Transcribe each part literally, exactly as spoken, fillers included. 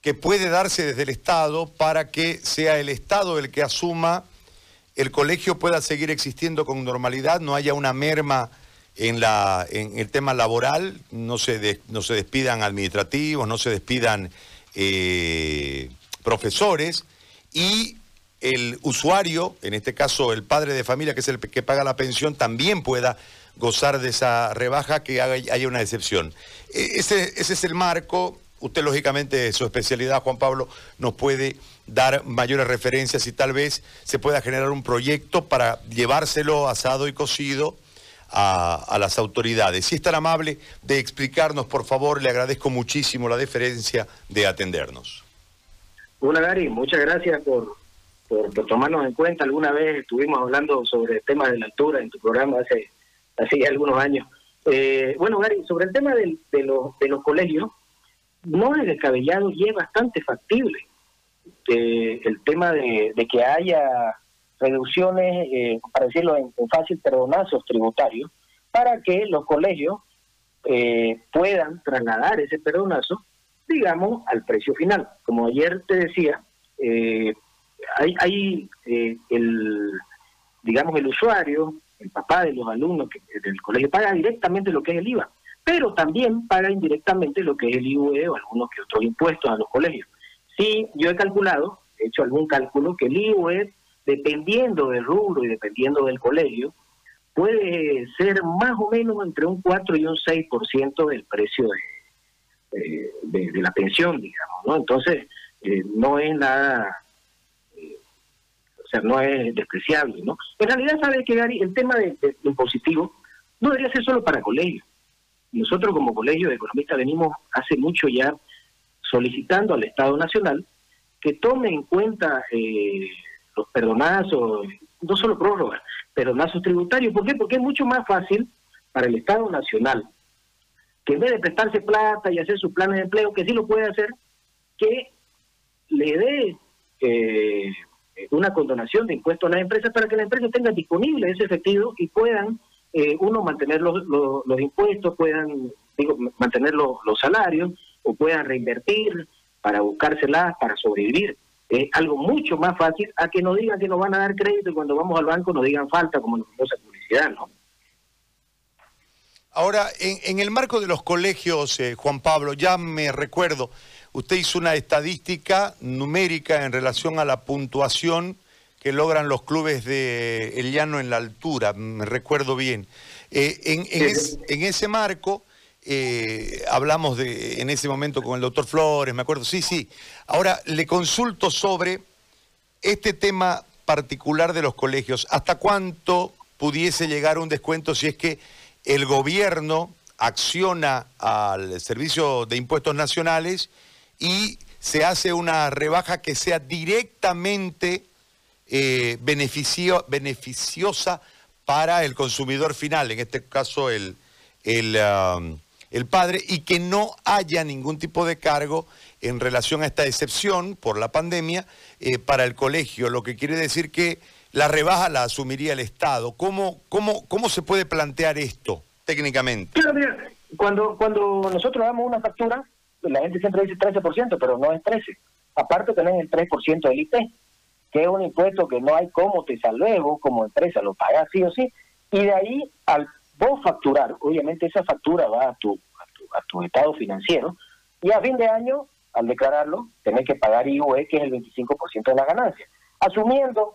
que puede darse desde el Estado para que sea el Estado el que asuma, el colegio pueda seguir existiendo con normalidad, no haya una merma en, la, en el tema laboral, no se, de, no se despidan administrativos, no se despidan eh, profesores, y el usuario, en este caso el padre de familia, que es el que paga la pensión, también pueda gozar de esa rebaja, que haya una excepción. Ese, ese es el marco. Usted, lógicamente, su especialidad, Juan Pablo, nos puede dar mayores referencias y tal vez se pueda generar un proyecto para llevárselo asado y cocido a, a las autoridades. Si es tan amable de explicarnos, por favor, le agradezco muchísimo la deferencia de atendernos. Hola, Gary, muchas gracias por, por, por tomarnos en cuenta. Alguna vez estuvimos hablando sobre el tema de la altura en tu programa hace, hace ya algunos años. Eh, bueno, Gary, sobre el tema del, de, los, de los colegios, no es descabellado y es bastante factible eh, el tema de, de que haya reducciones, eh, para decirlo en, en fácil, perdonazos tributarios, para que los colegios eh, puedan trasladar ese perdonazo, digamos, al precio final. Como ayer te decía, eh, hay, hay eh, el, digamos, el usuario, el papá de los alumnos que, del colegio, paga directamente lo que es el I V A, pero también paga indirectamente lo que es el I V E o algunos que otros impuestos a los colegios. Sí, yo he calculado, he hecho algún cálculo, que el I V E, dependiendo del rubro y dependiendo del colegio, puede ser más o menos entre un cuatro y un seis por ciento del precio de, de, de la pensión, digamos, ¿no? Entonces, eh, no es nada, eh, o sea, no es despreciable, ¿no? En realidad, ¿sabe qué, Gary? El tema de, de, de impositivo no debería ser solo para colegios. Nosotros como Colegio de Economistas venimos hace mucho ya solicitando al Estado Nacional que tome en cuenta eh, los perdonazos, no solo prórrogas, perdonazos tributarios. ¿Por qué? Porque es mucho más fácil para el Estado Nacional, que en vez de prestarse plata y hacer sus planes de empleo, que sí lo puede hacer, que le dé eh, una condonación de impuestos a las empresas para que las empresas tengan disponible ese efectivo y puedan Eh, uno, mantener los, los, los impuestos, puedan, digo, mantener los, los salarios, o puedan reinvertir para buscárselas, para sobrevivir. Es algo mucho más fácil a que nos digan que nos van a dar crédito y cuando vamos al banco nos digan falta, como la famosa publicidad, ¿no? Ahora, en, en el marco de los colegios, eh, Juan Pablo, ya me recuerdo, usted hizo una estadística numérica en relación a la puntuación que logran los clubes de El Llano en la altura, me recuerdo bien. Eh, en, en, es, en ese marco, eh, hablamos de en ese momento con el doctor Flores, me acuerdo, sí, sí. Ahora, le consulto sobre este tema particular de los colegios. ¿Hasta cuánto pudiese llegar un descuento si es que el gobierno acciona al Servicio de Impuestos Nacionales y se hace una rebaja que sea directamente Eh, beneficio, beneficiosa para el consumidor final, en este caso el, el, um, el padre, y que no haya ningún tipo de cargo en relación a esta excepción por la pandemia eh, para el colegio, lo que quiere decir que la rebaja la asumiría el Estado? ¿Cómo, cómo, cómo se puede plantear esto técnicamente? Claro, mira, cuando, cuando nosotros damos una factura, la gente siempre dice trece por ciento, pero no es trece por ciento. Aparte tenés el tres por ciento del I P, que es un impuesto que no hay cómo te salves, vos como empresa lo pagás sí o sí, y de ahí al vos facturar, obviamente esa factura va a tu, a tu, a tu estado financiero, y a fin de año, al declararlo, tenés que pagar I V E, que es el veinticinco por ciento de la ganancia, asumiendo,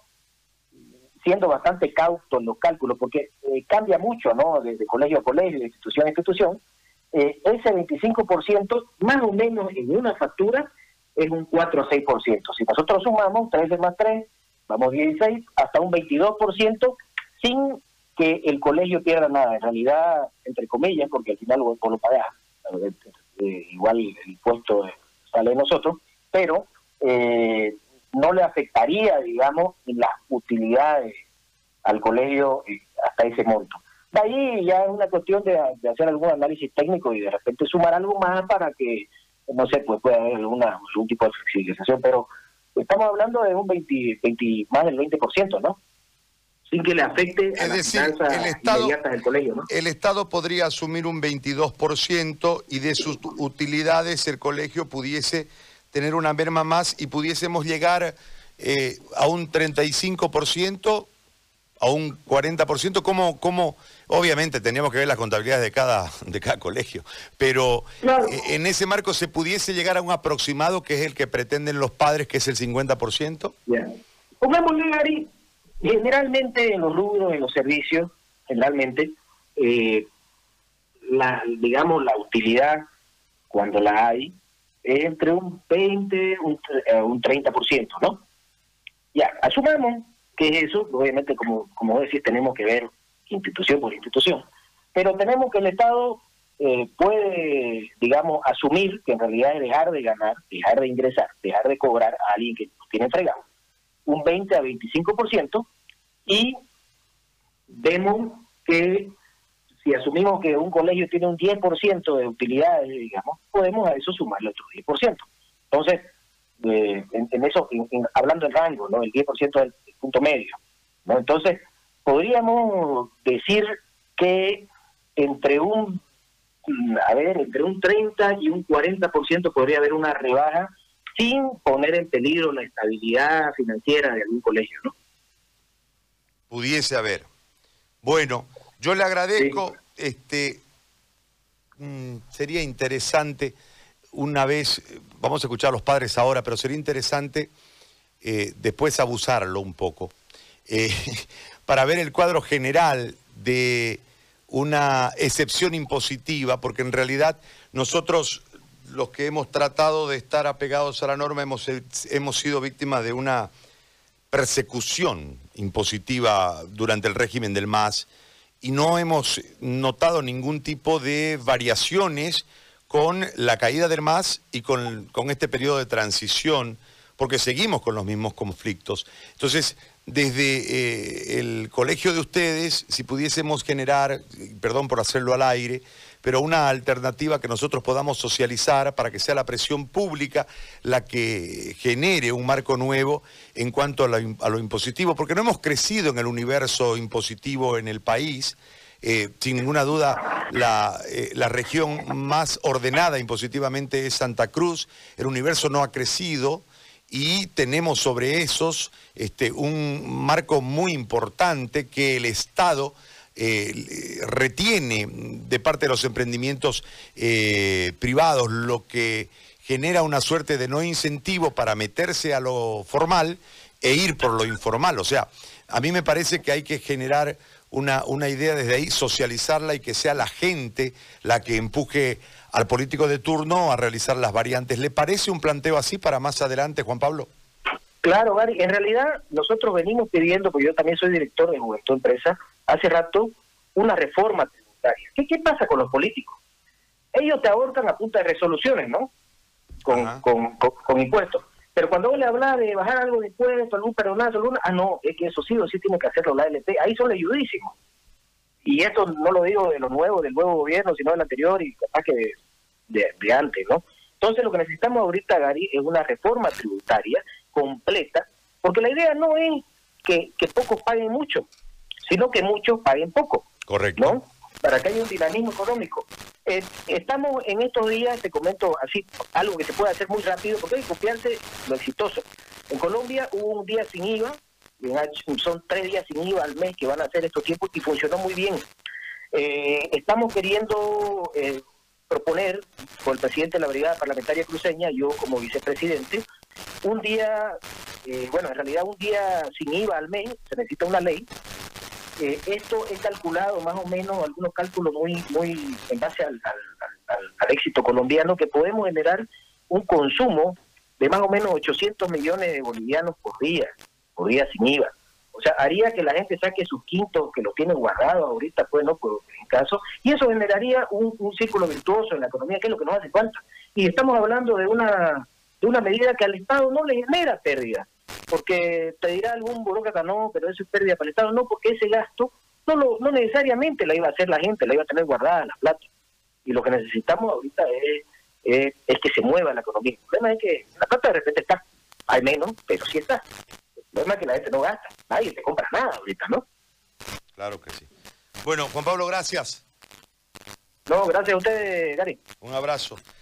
siendo bastante cauto en los cálculos, porque eh, cambia mucho, ¿no?, de, de colegio a colegio, de institución a institución, eh, ese veinticinco por ciento, más o menos en una factura, es un cuatro a seis por ciento. Si nosotros sumamos trece más tres, vamos dieciséis, hasta un veintidós por ciento, sin que el colegio pierda nada. En realidad, entre comillas, porque al final vos lo pagás, eh, eh, igual el impuesto sale de nosotros, pero eh, no le afectaría, digamos, las utilidades al colegio eh, hasta ese monto. De ahí ya es una cuestión de, de hacer algún análisis técnico y de repente sumar algo más para que, no sé, pues puede haber alguna, algún tipo de flexibilización, pero estamos hablando de un veinte, veinte, más del veinte por ciento, ¿no? Sin que le afecte a las finanzas inmediatas del colegio, ¿no? El Estado podría asumir un veintidós por ciento y de sus utilidades el colegio pudiese tener una merma más y pudiésemos llegar eh, a un treinta y cinco por ciento, a un cuarenta por ciento, ¿cómo, cómo? Obviamente teníamos que ver las contabilidades de cada, de cada colegio, pero Claro. eh, en ese marco se pudiese llegar a un aproximado que es el que pretenden los padres, que es el cincuenta por ciento. Ya. Pongámosle, Gary, generalmente en los rubros, en los servicios, generalmente, eh, la, digamos, la utilidad, cuando la hay, es entre un veinte, un, un treinta por ciento, ¿no? Ya, asumamos que eso, obviamente, como, como decís, tenemos que ver institución por institución, pero tenemos que el Estado eh, puede, digamos, asumir que en realidad es dejar de ganar, dejar de ingresar, dejar de cobrar a alguien que tiene fregado un veinte a veinticinco por ciento, y vemos que si asumimos que un colegio tiene un diez por ciento de utilidades, digamos, podemos a eso sumarle otro diez por ciento. Entonces, eh, en, en eso, en, en, hablando en rango, ¿no? El diez por ciento del punto medio, ¿no? Entonces, podríamos decir que entre un, a ver, entre un treinta y un cuarenta por ciento podría haber una rebaja sin poner en peligro la estabilidad financiera de algún colegio, ¿no? Pudiese haber. Bueno, yo le agradezco, sí. este mmm, sería interesante una vez, vamos a escuchar a los padres ahora, pero sería interesante eh, después abusarlo un poco, eh, para ver el cuadro general de una excepción impositiva, porque en realidad nosotros, los que hemos tratado de estar apegados a la norma, hemos, hemos sido víctimas de una persecución impositiva durante el régimen del M A S y no hemos notado ningún tipo de variaciones con la caída del M A S y con, con este periodo de transición, porque seguimos con los mismos conflictos. Entonces, desde eh, el colegio de ustedes, si pudiésemos generar, perdón por hacerlo al aire, pero una alternativa que nosotros podamos socializar para que sea la presión pública la que genere un marco nuevo en cuanto a, la, a lo impositivo, porque no hemos crecido en el universo impositivo en el país. Eh, sin ninguna duda, la, eh, la región más ordenada impositivamente es Santa Cruz. El universo no ha crecido y tenemos sobre esos este, un marco muy importante que el Estado Eh, retiene de parte de los emprendimientos eh, privados, lo que genera una suerte de no incentivo para meterse a lo formal e ir por lo informal. O sea, a mí me parece que hay que generar una, una idea desde ahí, socializarla y que sea la gente la que empuje al político de turno a realizar las variantes. ¿Le parece un planteo así para más adelante, Juan Pablo? Claro, Gary, en realidad nosotros venimos pidiendo, porque yo también soy director de Juventud Empresa, hace rato, una reforma tributaria. ¿Qué, qué pasa con los políticos? Ellos te ahorcan a punta de resoluciones, ¿no? Con, con, con, con impuestos. Pero cuando vos le hablas de bajar algo de impuestos, algún peronazo, alguna, ah, no, es que eso sí o sí tiene que hacerlo la L P. Ahí son leyudísimos. Y esto no lo digo de lo nuevo, del nuevo gobierno, sino del anterior y capaz que de, de, de antes, ¿no? Entonces lo que necesitamos ahorita, Gary, es una reforma tributaria completa, porque la idea no es que, que pocos paguen mucho, sino que muchos paguen poco. Correcto. ¿No? Para que haya un dinamismo económico. Eh, estamos en estos días, te comento así, algo que se puede hacer muy rápido, porque hay que copiarse lo exitoso. En Colombia hubo un día sin I V A, son tres días sin I V A al mes que van a hacer estos tiempos y funcionó muy bien. Eh, estamos queriendo eh, proponer, con el presidente de la Brigada Parlamentaria Cruceña, yo como vicepresidente, un día, eh, bueno, en realidad un día sin I V A al mes, se necesita una ley. Eh, esto es calculado más o menos, algunos cálculos muy muy en base al, al, al, al éxito colombiano, que podemos generar un consumo de más o menos ochocientos millones de bolivianos por día, por día sin I V A. O sea, haría que la gente saque sus quintos, que los tiene guardados ahorita, pues no, por en caso, y eso generaría un, un círculo virtuoso en la economía, que es lo que nos hace falta. Y estamos hablando de una, de una medida que al Estado no le genera pérdida. Porque te dirá algún burócrata, no, pero eso es pérdida para el Estado. No, porque ese gasto no lo, no necesariamente la iba a hacer la gente, la iba a tener guardada en la plata. Y lo que necesitamos ahorita es, es, es que se mueva la economía. El problema es que la plata de repente está, hay menos, pero sí está. El problema es que la gente no gasta, nadie te compra nada ahorita, ¿no? Claro que sí. Bueno, Juan Pablo, gracias. No, gracias a ustedes, Gary. Un abrazo.